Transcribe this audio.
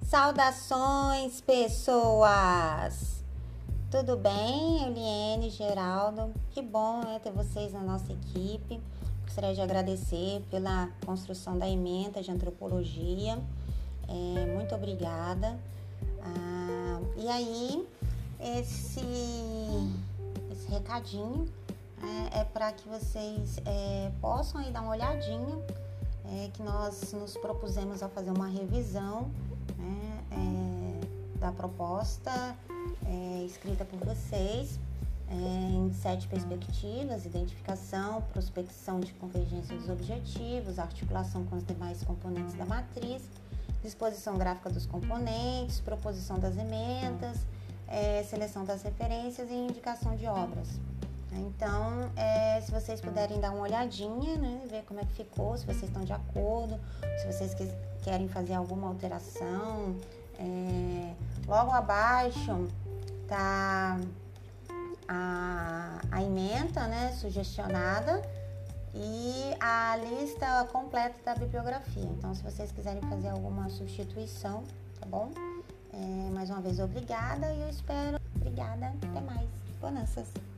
Saudações, pessoas! Tudo bem? Eliane, Geraldo, que bom ter vocês na nossa equipe. Gostaria de agradecer pela construção da ementa de antropologia. Muito obrigada. E aí, esse recadinho é para que vocês possam aí dar uma olhadinha, que nós nos propusemos a fazer uma revisão da proposta escrita por vocês em 7 perspectivas: identificação, prospecção de convergência dos objetivos, articulação com os demais componentes da matriz, disposição gráfica dos componentes, proposição das ementas, seleção das referências e indicação de obras. Então, se vocês puderem dar uma olhadinha, ver como é que ficou, se vocês estão de acordo, se vocês querem fazer alguma alteração. Logo abaixo tá a ementa, sugestionada, e a lista completa da bibliografia. Então, se vocês quiserem fazer alguma substituição, tá bom? Mais uma vez, obrigada, e eu espero. Obrigada, até mais. Bonanças!